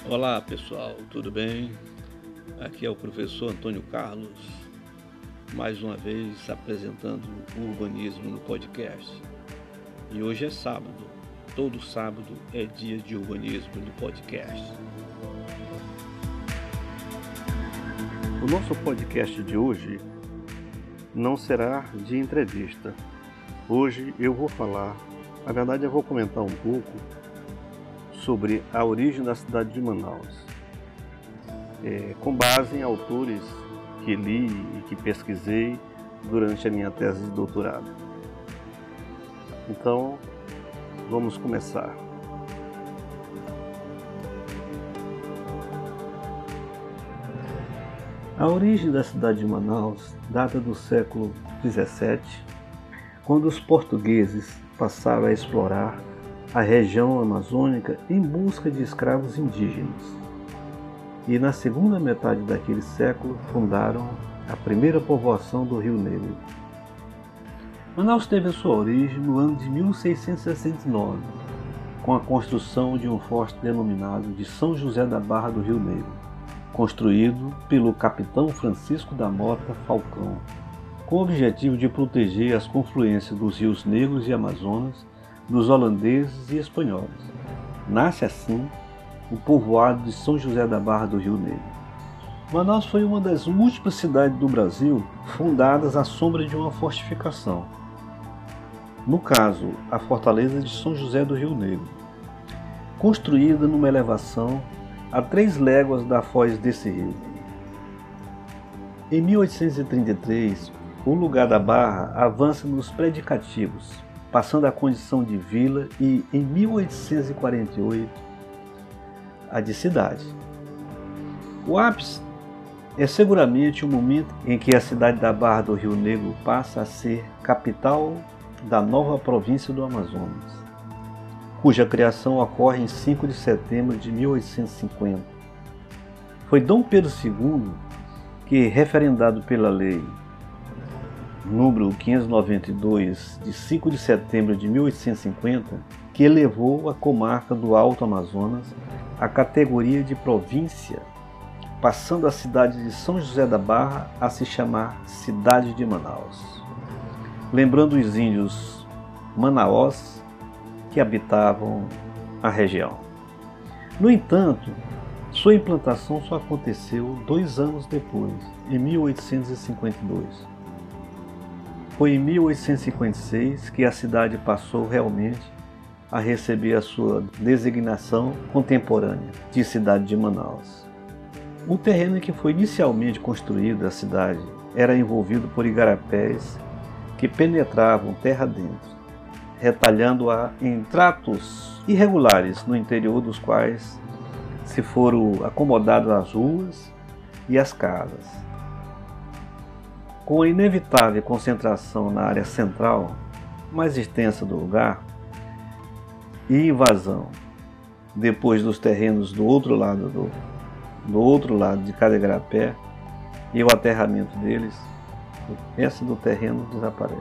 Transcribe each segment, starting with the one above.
Olá pessoal, tudo bem? Aqui é o professor Antônio Carlos, mais uma vez apresentando o urbanismo no podcast. E hoje é sábado, todo sábado é dia de urbanismo no podcast. O nosso podcast de hoje não será de entrevista. Hoje eu vou falar, na verdade eu vou comentar um pouco sobre a origem da cidade de Manaus, com base em autores que li e que pesquisei durante a minha tese de doutorado. Então, vamos começar. A origem da cidade de Manaus data do século XVII, quando os portugueses passaram a explorar a região amazônica em busca de escravos indígenas. E na segunda metade daquele século fundaram a primeira povoação do Rio Negro. Manaus teve a sua origem no ano de 1669, com a construção de um forte denominado de São José da Barra do Rio Negro, construído pelo capitão Francisco da Mota Falcão, com o objetivo de proteger as confluências dos rios Negros e Amazonas dos holandeses e espanhóis. Nasce assim o povoado de São José da Barra do Rio Negro. Manaus foi uma das múltiplas cidades do Brasil fundadas à sombra de uma fortificação. No caso, a fortaleza de São José do Rio Negro, construída numa elevação a 3 léguas da foz desse rio. Em 1833, o lugar da Barra avança nos predicativos, passando a condição de vila e, em 1848, a de cidade. O ápice é seguramente o momento em que a cidade da Barra do Rio Negro passa a ser capital da nova província do Amazonas, cuja criação ocorre em 5 de setembro de 1850. Foi Dom Pedro II que, referendado pela lei número 592, de 5 de setembro de 1850, que elevou a comarca do Alto Amazonas à categoria de província, passando a cidade de São José da Barra a se chamar Cidade de Manaus, lembrando os índios manaós que habitavam a região. No entanto, sua implantação só aconteceu 2 anos depois, em 1852. Foi em 1856 que a cidade passou realmente a receber a sua designação contemporânea de cidade de Manaus. O terreno em que foi inicialmente construída a cidade era envolvido por igarapés que penetravam terra dentro, retalhando-a em tratos irregulares, no interior dos quais se foram acomodadas as ruas e as casas. Com a inevitável concentração na área central, mais extensa do lugar, e invasão depois dos terrenos do outro lado de cada igarapé e o aterramento deles, o resto do terreno desaparece.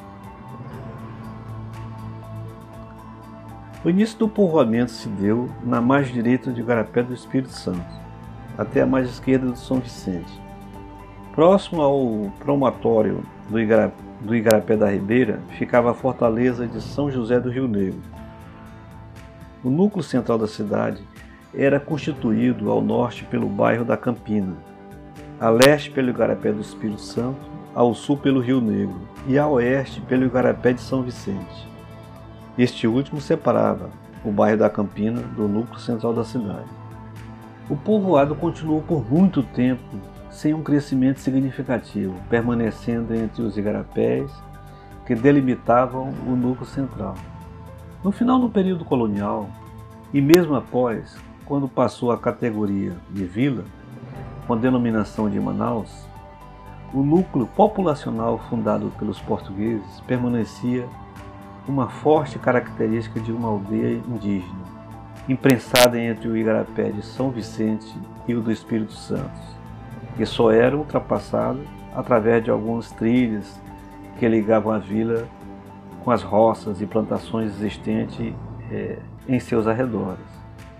O início do povoamento se deu na margem direita do igarapé do Espírito Santo, até a margem esquerda do São Vicente. Próximo ao promontório do Igarapé da Ribeira ficava a fortaleza de São José do Rio Negro. O núcleo central da cidade era constituído ao norte pelo bairro da Campina, a leste pelo Igarapé do Espírito Santo, ao sul pelo Rio Negro e a oeste pelo Igarapé de São Vicente. Este último separava o bairro da Campina do núcleo central da cidade. O povoado continuou por muito tempo sem um crescimento significativo, permanecendo entre os igarapés que delimitavam o núcleo central. No final do período colonial, e mesmo após, quando passou à categoria de vila, com a denominação de Manaus, o núcleo populacional fundado pelos portugueses permanecia uma forte característica de uma aldeia indígena, imprensada entre o igarapé de São Vicente e o do Espírito Santo, que só era ultrapassado através de algumas trilhas que ligavam a vila com as roças e plantações existentes em seus arredores.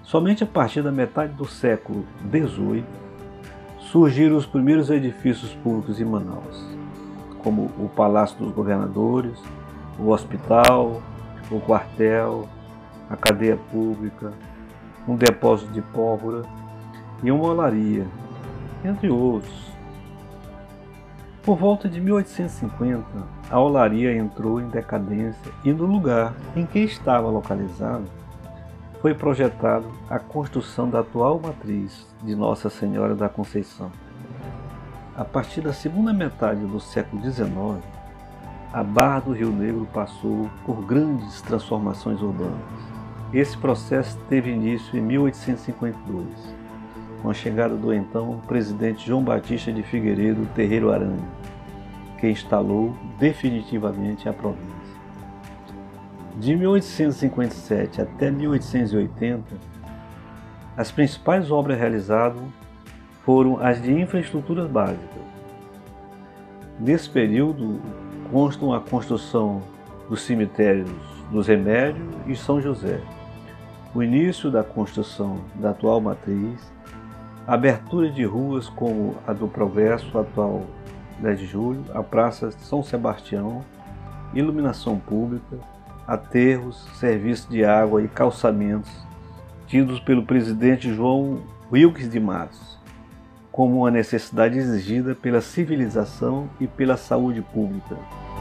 Somente a partir da metade do século XVIII surgiram os primeiros edifícios públicos em Manaus, como o Palácio dos Governadores, o hospital, o quartel, a cadeia pública, um depósito de pólvora e uma olaria, entre outros. Por volta de 1850, a olaria entrou em decadência e no lugar em que estava localizado foi projetado a construção da atual matriz de Nossa Senhora da Conceição. A partir da segunda metade do século XIX, a Barra do Rio Negro passou por grandes transformações urbanas. Esse processo teve início em 1852, com a chegada do então presidente João Batista de Figueiredo Terreiro Aranha, que instalou definitivamente a província. De 1857 até 1880, as principais obras realizadas foram as de infraestruturas básicas. Nesse período, constam a construção dos cemitérios dos Remédios e São José, o início da construção da atual matriz, a abertura de ruas como a do Progresso, atual 10 de julho, a Praça São Sebastião, iluminação pública, aterros, serviço de água e calçamentos, tidos pelo presidente João Wilkes de Matos, como uma necessidade exigida pela civilização e pela saúde pública.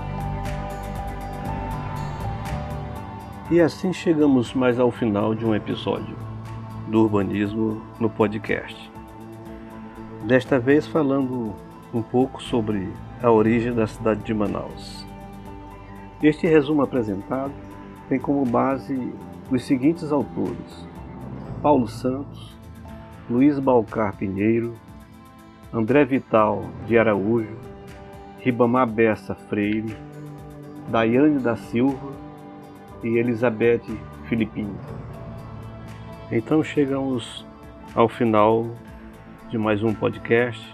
E assim chegamos mais ao final de um episódio do Urbanismo no Podcast. Desta vez falando um pouco sobre a origem da cidade de Manaus. Este resumo apresentado tem como base os seguintes autores: Paulo Santos, Luiz Balcar Pinheiro, André Vital de Araújo, Ribamar Bessa Freire, Daiane da Silva e Elizabeth Filipinho. Então chegamos ao final de mais um podcast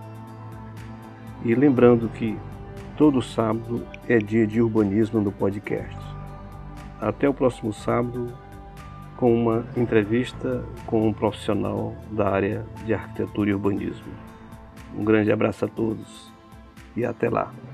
e lembrando que todo sábado é dia de urbanismo no podcast. Até o próximo sábado com uma entrevista com um profissional da área de arquitetura e urbanismo. Um grande abraço a todos e até lá.